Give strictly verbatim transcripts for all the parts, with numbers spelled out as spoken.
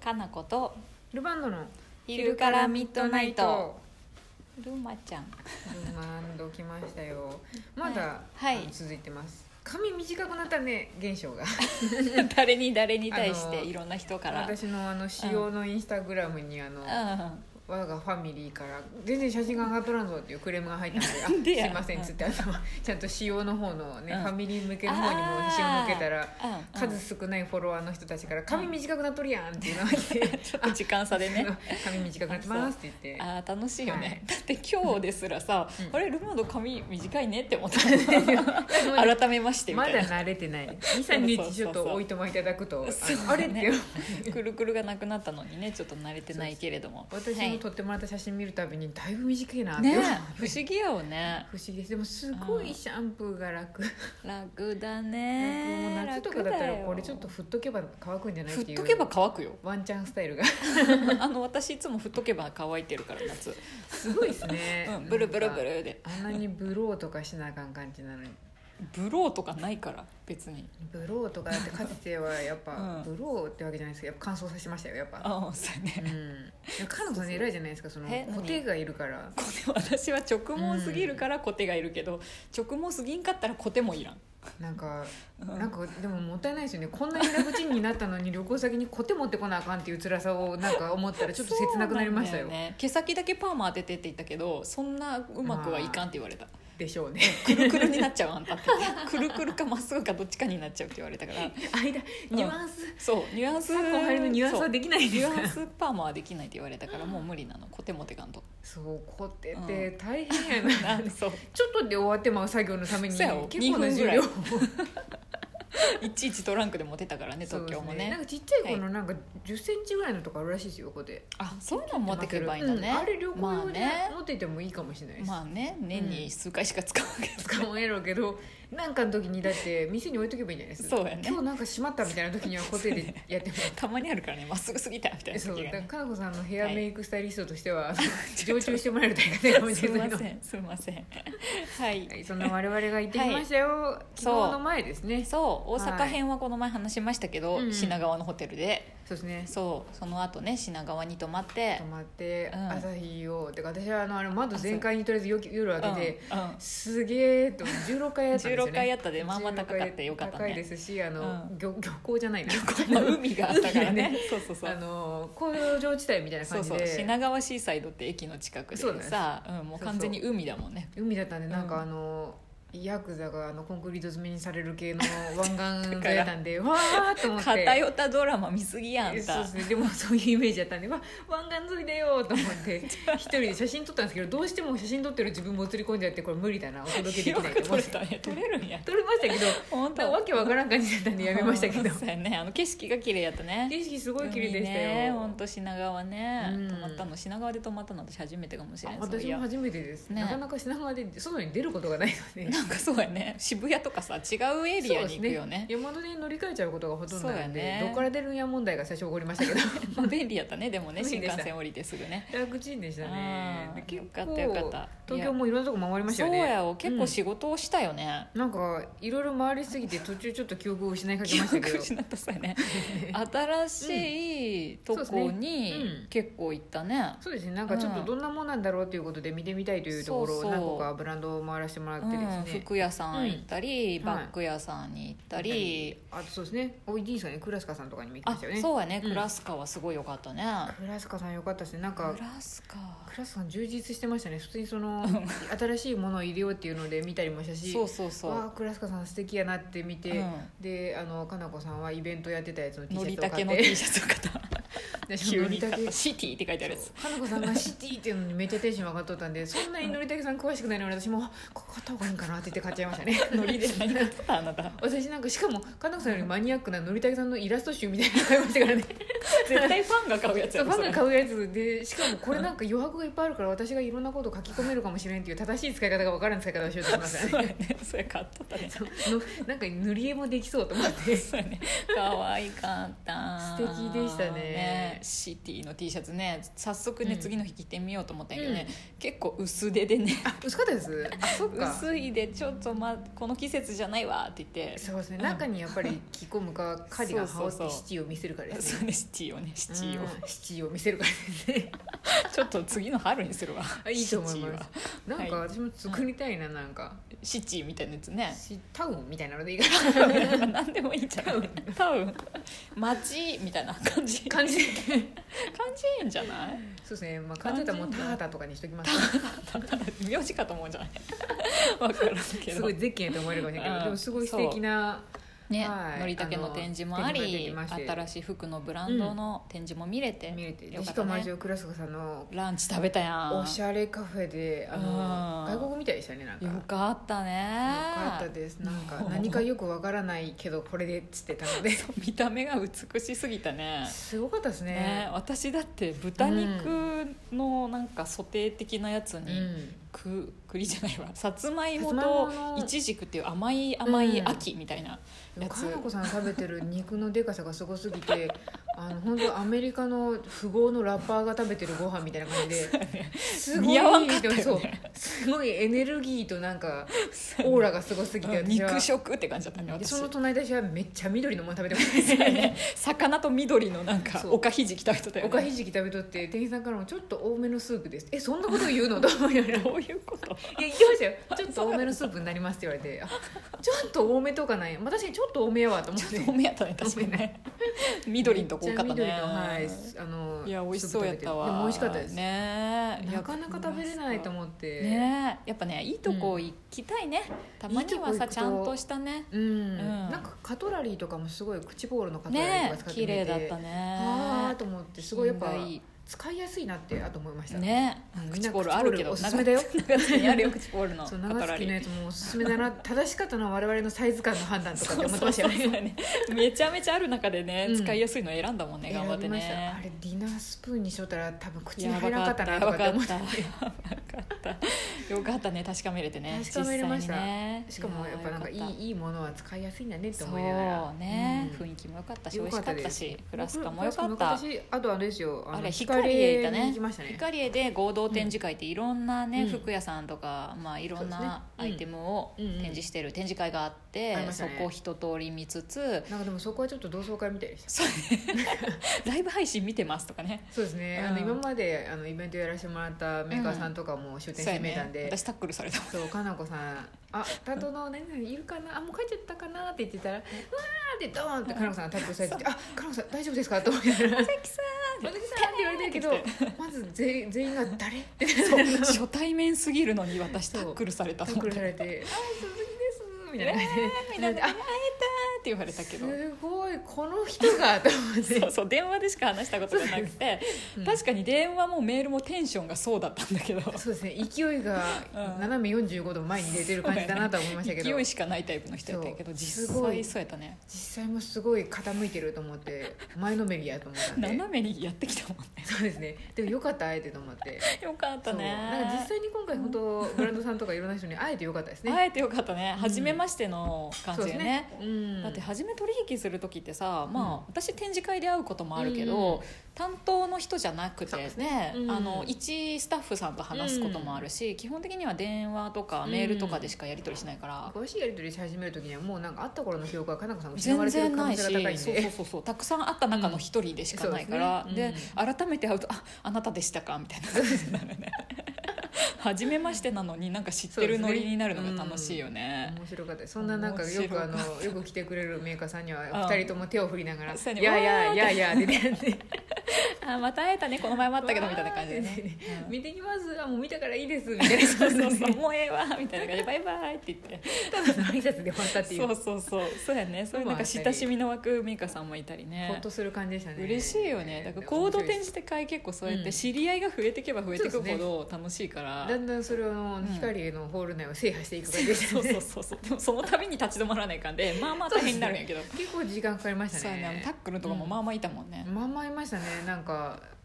かなことルバンドの昼からミッドナイト。ルマちゃんルマンド来ましたよ。まだ、 はいはい、 続いてます。髪短くなったね現象が誰に誰に対していろんな人から私のあの使用のインスタグラムにあの、うん我がファミリーから全然写真が上がっとらんぞっていうクレームが入ったので、あ、すいませんっつって、あのちゃんと仕様の方のね、うん、ファミリー向けの方にも写真を載っけたら、うん、数少ないフォロワーの人たちから髪短くなっとるやんっていうのが来て、 ちょっと時間差でね髪短くなってますって言って、 ああ楽しいよね、はい、だって今日ですらさ、うん、あれルマンド髪短いねって思った改めましてみたいな。 まだ慣れてない。 にさんにちちょっとおいとまいただくとあれってくるくるがなくなったのにね、ちょっと慣れてないけれども、 私も撮ってもらった写真見るたびにだいぶ短いなって、 ね、不思議やよね。 不思議です。でもすごいシャンプーが楽、 楽だね。 もう夏とかだったらこれちょっと振っとけば乾くんじゃないっていう、 振っとけば乾くよワンチャンスタイルがあの私いつも振っとけば乾いてるから夏すごいですね、 うん、ブルブルブルであんなにブローとかしなあかん感じなのにブローとかないから別に。 ブローとかってかつてはやっぱ、うん、ブローってわけじゃないですけどやっぱ乾燥させましたよやっぱ。 ああそうね、 うん、カノさん偉いじゃないですか、そのコテがいるから。 私は直毛すぎるからコテがいるけど、うん、直毛すぎんかったらコテもいらん。 なんか、なんかでももったいないですよね。こんなに楽ちんになったのに旅行先にコテ持ってこなあかんっていう辛さをなんか思ったらちょっと切なくなりましたよ。 そうなんだよね。毛先だけパーマ当ててって言ったけどそんなうまくはいかんって言われた。 でしょうね。 くるくるになっちゃうあんたってくるくるかまっすぐかどっちかになっちゃうって言われたから間ニュアンス、うん、 そうニュアンス昨今流行りのニュアンスはできないですか。 ニュアンスパーマはできないって言われたからもう無理なの。コテモテかんと。 そうコテって大変やな、うん、 そうちょっとで終わってまう作業のために結構な重量いちいちトランクで持てたからね東京も ね, ねなんかちっちゃい子のなんかじゅっセンチぐらいのとこあるらしいですよここで。 あそういうの持ってくればいいんだね、 うん、あれ旅行用で持っていてもいいかもしれないです。 まあね年に数回しか使うけど、 うん、使うんやろうけどなんかの時にだって店に置いとけばいいんじゃないですか。 そうやね。 今日なんか閉まったみたいな時には固定でやってもたまにあるからねまっすぐすぎたみたいな時が、ね、 そうだからかなこさんのヘアメイクスタイリストとしては、はい、常駐してもらえるといいかねかもしれないの。 すいませんすいませんはい、 はい、そんな我々が行ってきましたよ、はい、昨日の前ですね。 そう大阪編はこの前話しましたけど、はい、品川のホテルで、 そうですね。 そうその後ね品川に泊まって泊まって、うん、朝日をてか私はあのあれ窓全開にとりあえず夜開けて、うんうん、すげえとじゅうろっかいやったんですよね。じゅうろっかいやったでまあまあ高かったよかったね。 高いですしあの、うん、漁, 漁港じゃないのまあ、海があったからねそうそうそうあの工場地帯みたいな感じで、そうそう品川シーサイドって駅の近くでさう、うん、もう完全に海だもんね。 そうそう海だったんでなんかあの、うんヤクザがあのコンクリート詰めにされる系の湾岸沿いなんでわーっと思って偏ったドラマ見すぎやんた。 そうですね。でもそういうイメージだったんでわ湾岸沿いだよと思って一人で写真撮ったんですけどどうしても写真撮ってる自分も写り込んじゃってこれ無理だなお届けできないと思って撮れたね撮れるんや撮れましたけど本当わけわからん感じだったんでやめましたけどそうやねあの景色が綺麗やったね。 景色すごい綺麗でしたよ本当、ね、品川ね、うん、泊まったの品川で泊まったの私初めてかもしれない。 私も初めてです、ね、なかなか品川で外に出ることがないのでなんかそうやね渋谷とかさ違うエリアに行くよ ね, ね山手に乗り換えちゃうことがほとんどなんで、 ね、 どこから出るんや問題が最初起こりましたけどまあ便利やったねでもね新幹線降りてすぐね楽ちんでしたね。で結構よかったよかった東京もいろんなとこ回りましたよね。 そうやよ結構仕事をしたよね、 うん、なんかいろいろ回りすぎて途中ちょっと記憶を失いかけましたけど記憶失ったそうやね新しいとこに結構行ったね。 そうですねなんかちょっとどんなもんなんだろうということで見てみたいというところを何個かブランドを回らせてもらってですね、 うん、服屋さん行ったり、うん、バッグ屋さんに行ったり、 はい、あとそうですねおいでいいですかねクラスカさんとかにも行きましたよね。 あそうやね、うん、クラスカはすごい良かったね。 クラスカさん良かったですね。なんかクラスカクラスカさん充実してましたね。普通にその新しいものを入れようっていうので見たりもしたしそうそうそうわクラスカさん素敵やなって見て、うん、であのかなこさんはイベントやってたやつの T シャツを買ってのりたけの T シャツを買った急に買ったシティって書いてあるやつかなこさんがシティっていうのにめっちゃテンション上がっとったんでそんなにのりたけさん詳しくないのに私もここ買った方がいいんかなって言って買っちゃいましたねのりで何買ったあなた私なんかしかもかなこさんよりマニアックなのりたけさんのイラスト集みたいなの買いましたからね絶対ファンが買うやつやファンが買うやつでしかもこれなんか余白がいっぱいあるから私がいろんなことを書き込めるかもしれんっていう正しい使い方が分からん使い方をしようとしましたねそうやねそれ買っとったねのなんか塗り絵もできそうと思ってそうやね可愛かった素敵でした ね, ねシティの T シャツね早速ね、うん、次の日着てみようと思ったんやけどね、うん、結構薄手でねあ薄かったですあそっか薄いでちょっと、ま、この季節じゃないわって言ってそうですね、うん、中にやっぱり着込むかカーディガン羽織ってシティを見せるからですね。 そうねシテティをねシティを、 うん、シティを見せるからですねちょっと次の春にするわいいと思いますなんか私も作りたいな、はい、なんかシティみたいなやつねタウンみたいなのでいいかな何でもいいんじゃないタウン街みたいな感じ感じ感じいいんじゃないそうですね、まあ、感じたらもうタータとかにしときます名字かと思うんじゃない分からんけどすごい絶景と思えるかもしれないけど、うん、でもすごい素敵なね、 はい、 のりたけの展示もあり新しい服のブランドの展示も見れて、 うん、見れてよかったね。しかもクラスコさんのランチ食べたやんおしゃれカフェであの、うん、外国みたいでしたねなんかよかったねよかったですなんか何かよくわからないけどこれでっつってたので見た目が美しすぎたねすごかったです ね, ね私だって豚肉のなんかソテー的なやつに、うんく栗じゃないわさつまいもといちじくっていう甘い甘い秋みたいなやつ、 かなこさん食べてる肉のでかさがすごすぎてあの本当アメリカの富豪のラッパーが食べてるご飯みたいな感じですごい、ね、そうすごいエネルギーとなんかオーラがすごすぎて私は肉食って感じだったね私その隣私はめっちゃ緑のもの食べてましたね魚と緑のなんかおかひじき食べとったよねおかひじき食べとって店員さんからもちょっと多めのスープですえそんなこと言うのと思いながらどういうこといや言ってましたよちょっと多めのスープになりますって言われてあちょっと多めとかない私にちょっと多めやわと思ってちょっと多めやったね確かにね緑のとこ多かったね緑のはいあのいや美味しそうやったわでも美味しかったですねなかなか食べれないと思ってねやっぱねいいとこ行きたいね、うん、たまにはさちゃんとしたねうん、うん、なんかカトラリーとかもすごい口ボールのカトラリーとか使ってみて、 ね、綺麗だったねああと思ってすごいやっぱ使いやすいなってあと思いましたね口ボールあるけどおすすめだよ長月にあるよ口ボールのそう長月のやつもおすすめだな正しかったのは我々のサイズ感の判断とかって思ってましたよねそうそうそうねめちゃめちゃある中でね、うん、使いやすいの選んだもんね頑張ってねあれディナースプーンにしとったら多分口に入らなかったなとかって思ってよかったね確かめれてね確かめれました、ね、しかもやっぱなんかいいいいものは使いやすいんだねって思いながらそうね、うん、雰囲気も良かったし美味しかったしクラスカも良かったあとあれですよあれ光栄だね行きましたね光栄で合同展示会っていろんなね、うん、服屋さんとか、まあ、いろんなアイテムを展示してる展示会があって、うんうん、そこを一通り見つつなんかでもそこはちょっと同窓会みたいでしたそうライブ配信見てますとかねそうですね、うん、あの今まであのイベントやらせてもらったメーカーさんとかも出展してみたんで、 うんね、私タックルされたそうかなこさんあ担当の何々いるかなあもう帰っちゃったかなって言ってたらうわーってドーンってかなこさんがタックルされててあかなこさん大丈夫ですかと思いながら 「関さん!」 って言われてるけどまず全員全員が誰ってそう初対面すぎるのに私タックルされたタックルされて「あ鈴木です」みたいな感じで、 えー、みんなで「あ会えた!」って言われたけどすごいこの人がと思ってそうそう電話でしか話したことがなくて、うん、確かに電話もメールもテンションがそうだったんだけどそうですね勢いが斜めよんじゅうごど前に出てる感じだなと思いましたけど、 ね、勢いしかないタイプの人やったけど実際そうやったね実際もすごい傾いてると思って前のめりやと思ったんで斜めにやってきたもんねそうですねでもよかった会えてと思ってよかったねなんか実際に今回本当ブランドさんとかいろんな人に会えてよかったですね会えてよかったね、うん、初めましての感じで ね, ね、 うん、 だって初め取引する時ってさ、まあ、うん、私展示会で会うこともあるけど、うん、担当の人じゃなくて ね, ね、うん、あの一スタッフさんと話すこともあるし、うん、基本的には電話とかメールとかでしかやり取りしないから、 詳しいやり取りし始める時にはもうなんか会った頃の記憶はかなこさんが失われてる可能性が高いんでそうそうそうそうたくさん会った中の一人でしかないから、うん、で、ねうん、で改めて会うとああなたでしたかみたいな感じになるね初めましてなのになんか知ってるノリになるのが楽しいよね、 うん、面白かったそんななんかよくあのよく来てくれるメーカーさんにはふたりとも手を振りながら「いやいやいやいや」ってやってあまた会えたねこの前もあったけどみたいな感じでね、 うん、見てきますあもう見たからいいですみたいなそうそうそうもうええわみたいな感じでバイバイって言ってただの挨拶で終わったっていうそうそうそうそうやねそういうなんか親しみの湧くメーカーさんもいたりねほっとする感じでしたね嬉しいよねだから行動展示会結構そうやって知り合いが増えていけば増えていくほど楽しいから、 ね、だんだんそれを光へのホール内を制覇していく感じでしたね、 そうそうそうでもその度に立ち止まらないかんでまあまあ大変になるんやけど、 ね、結構時間かかりましたねそうねタックルとかもまあまあいたもんね、 うん、まあまあいましたねなんか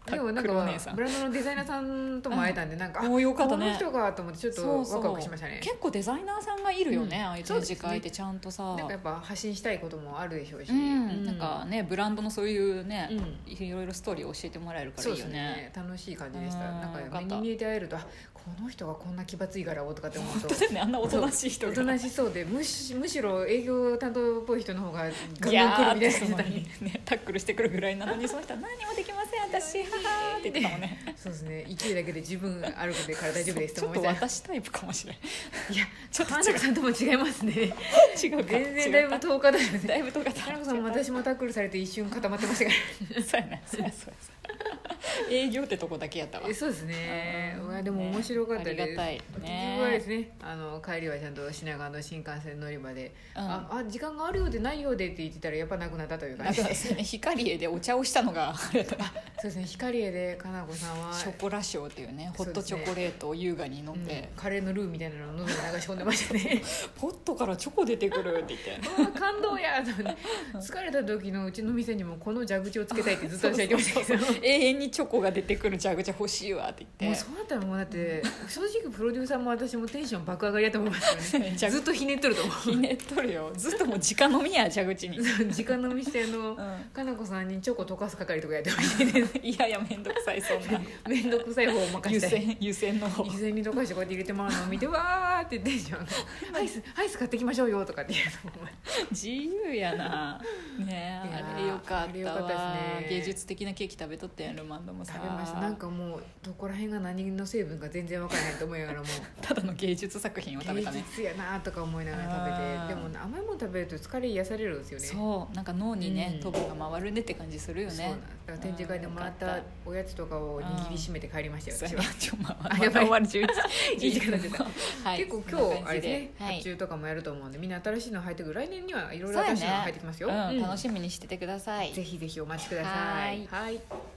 でもなんかブランドのデザイナーさんとも会えたんで、なんか、 うん、よかったね、 この人かと思ってちょっとワクワクしましたね。 そうそう、結構デザイナーさんがいるよね、うん、ああいう展示会ってちゃんとさ、 なんかやっぱ発信したいこともあるでしょうし、 うん、なんかねブランドのそういうね、 うん、 いろいろストーリーを教えてもらえるからいいよね。そうですね、 楽しい感じでした。なんか目に見えて会えると、この人がこんな奇抜い柄をとかって思うと本当だね、あんなおとなしい人がおとなしそうで、むし、むしろ営業担当っぽい人の方がガンガン来るみたいな感じに、 ね、タックルしてくるぐらいなのにその人は何もできません私ははーって言ってたもんね。 そうですね、勢いだけで十分あるのでから大丈夫ですと思いました。 ちょっと私タイプかもしれない。 いやちょっと花子さんとも違いますね。 違うか、 全然だいぶ遠かったですね。 だいぶ遠かった。 花子さんも私もタックルされて一瞬固まってましたからそうやね、そうやそうや営業ってとこだけやったわ。 そうですね、でも面白かったです、ね、 ありがたいね。 結局はですね、あの帰りはちゃんと品川の新幹線乗り場で、うん、ああ時間があるようでないようでって言ってたらやっぱなくなったという感じですね。光栄でお茶をしたのがあれだあそうですね、光栄でかなこさんはショコラショーっていうね、ホットチョコレートを優雅に飲んで、 うん、カレーのルーみたいなのを喉に流し込んでましたねポットからチョコ出てくるって言ってあ感動やと思って疲れた時のうちの店にもこの蛇口をつけたいってずっと私は言ってましたけど永遠にチョコが出てくる蛇口欲しいわって言って、 もうそうなったらもうだって正直プロデューサーも私もテンション爆上がりやと思いますからねずっとひねっとると思う。 ひねっとるよ、ずっともう直飲みや蛇口に直飲みしてあの、うん、かなこさんにチョコ溶かす係とかやってほしいですいやいやめんどくさい、そんなめんどくさい方を任せたい。 湯煎の方湯煎に溶かしてこうやって入れてもらうのを見てわーってテンションアイスアイス買ってきましょうよとかって言うと思う自由やなね。あれよかったわ、 ですね、 芸術的なケーキ食べとったやんルマンドもさ。 食べました。なんかもうどこら辺が何の成分か全然分からないと思いながらもただの芸術作品を食べたね。 芸術やなとか思いながら食べて、でも甘いもの食べると疲れ癒されるんですよね。 そうなんか脳にね、うん、飛ぶが回るねって感じするよね。そうなんだから展示会でもらったおやつとかを握りしめて帰りましたよ、私は。 ちょまあやばい終わるじゅういちじかんになっちゃった、 はい、結構今日あれですね、発注とかもやると思うんでみんな新しいの入ってくる。来年にはいろいろ新しいの入ってきますよ、 ね、うん、楽しみにしててください。 ぜひぜひお待ちください。はい。